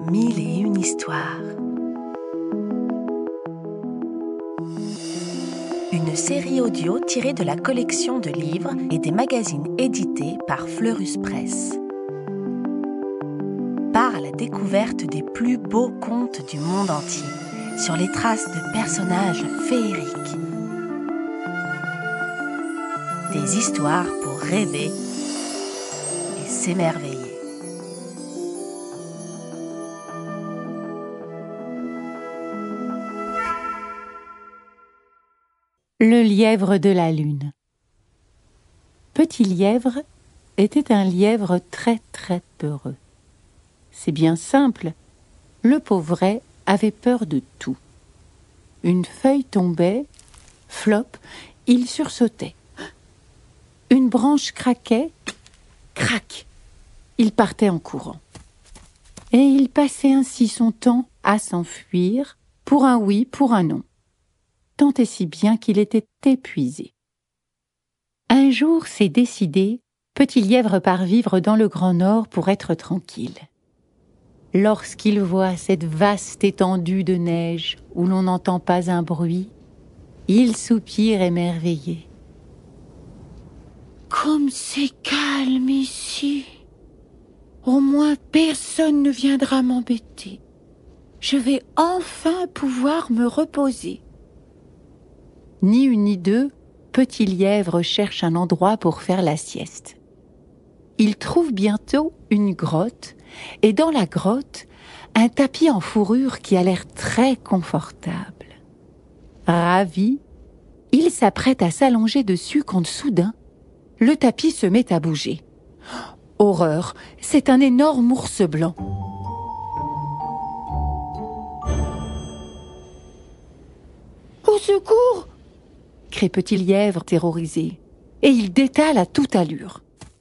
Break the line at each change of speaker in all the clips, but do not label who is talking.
Mille et une histoires. Une série audio tirée de la collection de livres et des magazines édités par Fleurus Press. Part à la découverte des plus beaux contes du monde entier, sur les traces de personnages féeriques. Des histoires pour rêver et s'émerveiller.
Le lièvre de la lune. Petit Lièvre était un lièvre très peureux. C'est bien simple, le pauvret avait peur de tout. Une feuille tombait, flop, il sursautait. Une branche craquait, crac, il partait en courant. Et il passait ainsi son temps à s'enfuir, pour un oui, pour un non. Tant et si bien qu'il était épuisé. Un jour, c'est décidé, Petit Lièvre part vivre dans le Grand Nord pour être tranquille. Lorsqu'il voit cette vaste étendue de neige où l'on n'entend pas un bruit, il soupire émerveillé. Comme c'est calme ici! Au moins personne ne viendra m'embêter. Je vais enfin pouvoir me reposer. Ni une ni deux, Petit Lièvre cherche un endroit pour faire la sieste. Il trouve bientôt une grotte, et dans la grotte, un tapis en fourrure qui a l'air très confortable. Ravi, il s'apprête à s'allonger dessus quand soudain, le tapis se met à bouger. Horreur, c'est un énorme ours blanc. Au secours! Crie Petit Lièvre terrorisé, et il détale à toute allure.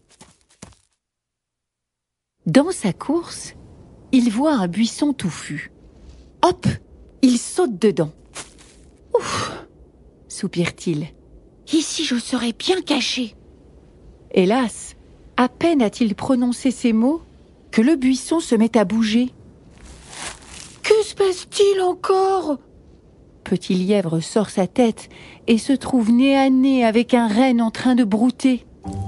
Dans sa course, il voit un buisson touffu. Hop, il saute dedans. Ouf, soupire-t-il. Ici je serai bien caché. Hélas, à peine a-t-il prononcé ces mots que le buisson se met à bouger. Que se passe-t-il encore ? Petit Lièvre sort sa tête et se trouve nez à nez avec un renne en train de brouter.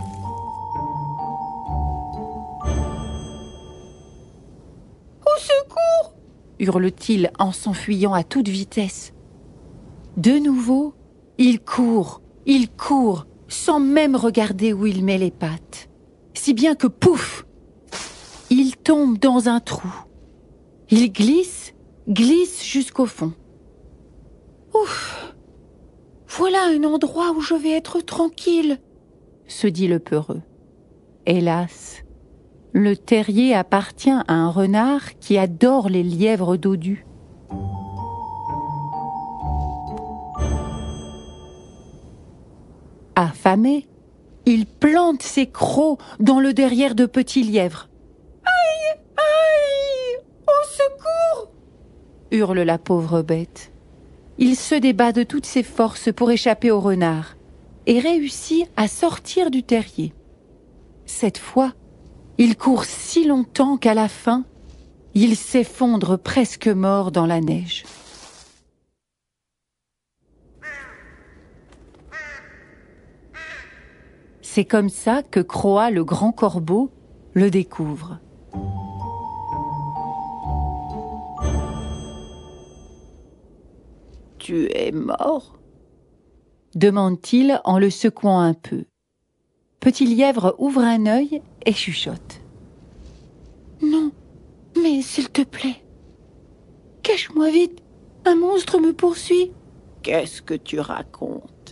Au secours! Hurle-t-il en s'enfuyant à toute vitesse. De nouveau, il court, sans même regarder où il met les pattes. Si bien que pouf! Il tombe dans un trou. Il glisse jusqu'au fond. Ouf! Voilà un endroit où je vais être tranquille, se dit le peureux. Hélas, le terrier appartient à un renard qui adore les lièvres dodus. Affamé, il plante ses crocs dans le derrière de Petit Lièvre. Aïe! Aïe! Au secours! Hurle la pauvre bête. Il se débat de toutes ses forces pour échapper au renard et réussit à sortir du terrier. Cette fois, il court si longtemps qu'à la fin, il s'effondre presque mort dans la neige. C'est comme ça que Croa le grand corbeau le découvre. Tu es mort ? demande-t-il en le secouant un peu. Petit Lièvre ouvre un œil et chuchote. Non, mais s'il te plaît, cache-moi vite, un monstre me poursuit. Qu'est-ce que tu racontes ?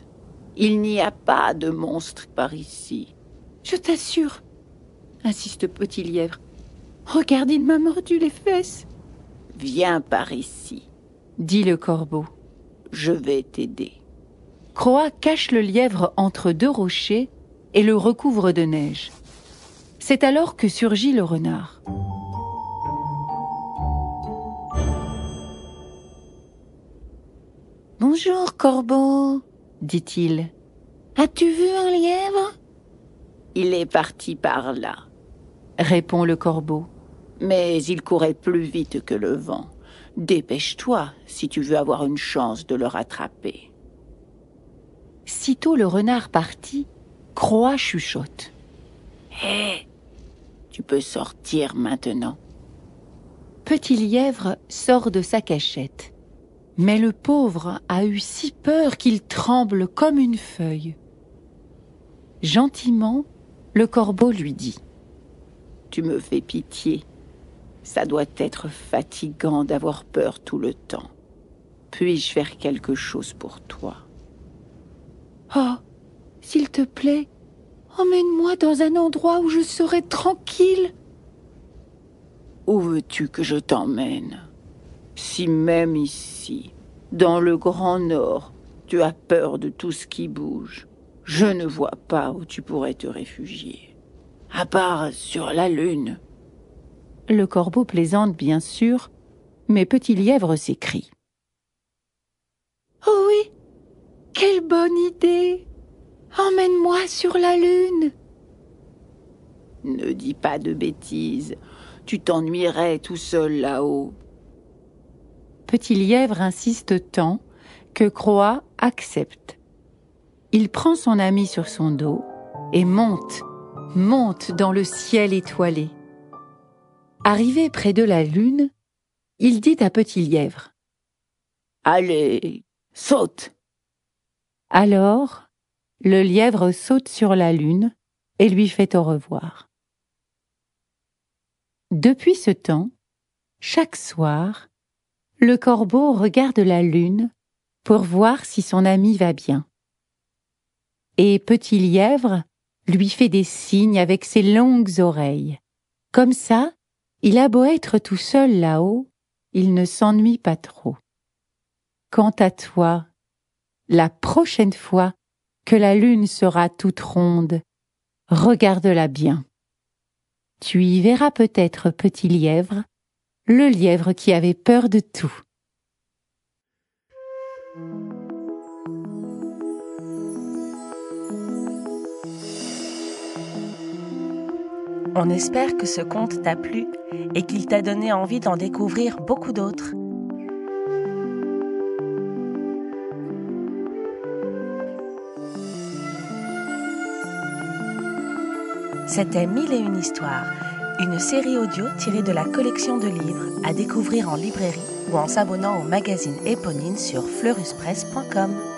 Il n'y a pas de monstre par ici. Je t'assure, insiste Petit Lièvre. Regarde, il m'a mordu les fesses. Viens par ici, dit le corbeau. Je vais t'aider. Croa cache le lièvre entre deux rochers et le recouvre de neige. C'est alors que surgit le renard. Bonjour, corbeau, dit-il. As-tu vu un lièvre ? Il est parti par là, répond le corbeau.
Mais ils couraient plus vite que le vent. Dépêche-toi si tu veux avoir une chance de le rattraper.
Sitôt le renard parti, Croix chuchote.
Hé, tu peux sortir maintenant.
Petit Lièvre sort de sa cachette. Mais le pauvre a eu si peur qu'il tremble comme une feuille. Gentiment, le corbeau lui dit.
Tu me fais pitié. Ça doit être fatigant d'avoir peur tout le temps. Puis-je faire quelque chose pour toi?
Oh, s'il te plaît, emmène-moi dans un endroit où je serai tranquille.
Où veux-tu que je t'emmène? Si même ici, dans le Grand Nord, tu as peur de tout ce qui bouge, je ne vois pas où tu pourrais te réfugier. À part sur la Lune.
Le corbeau plaisante bien sûr, mais Petit Lièvre s'écrie. Oh oui, quelle bonne idée! Emmène-moi sur la Lune!
Ne dis pas de bêtises, tu t'ennuierais tout seul là-haut.
Petit Lièvre insiste tant que Croix accepte. Il prend son ami sur son dos et monte dans le ciel étoilé. Arrivé près de la Lune, il dit à Petit Lièvre.
Allez, saute!
Alors, le lièvre saute sur la Lune et lui fait au revoir. Depuis ce temps, chaque soir, le corbeau regarde la Lune pour voir si son ami va bien. Et Petit Lièvre lui fait des signes avec ses longues oreilles. Comme ça, il a beau être tout seul là-haut, il ne s'ennuie pas trop. Quant à toi, la prochaine fois que la Lune sera toute ronde, regarde-la bien. Tu y verras peut-être Petit Lièvre, le lièvre qui avait peur de tout.
On espère que ce conte t'a plu et qu'il t'a donné envie d'en découvrir beaucoup d'autres. C'était 1001 histoires, une série audio tirée de la collection de livres à découvrir en librairie ou en s'abonnant au magazine éponyme sur fleuruspresse.com.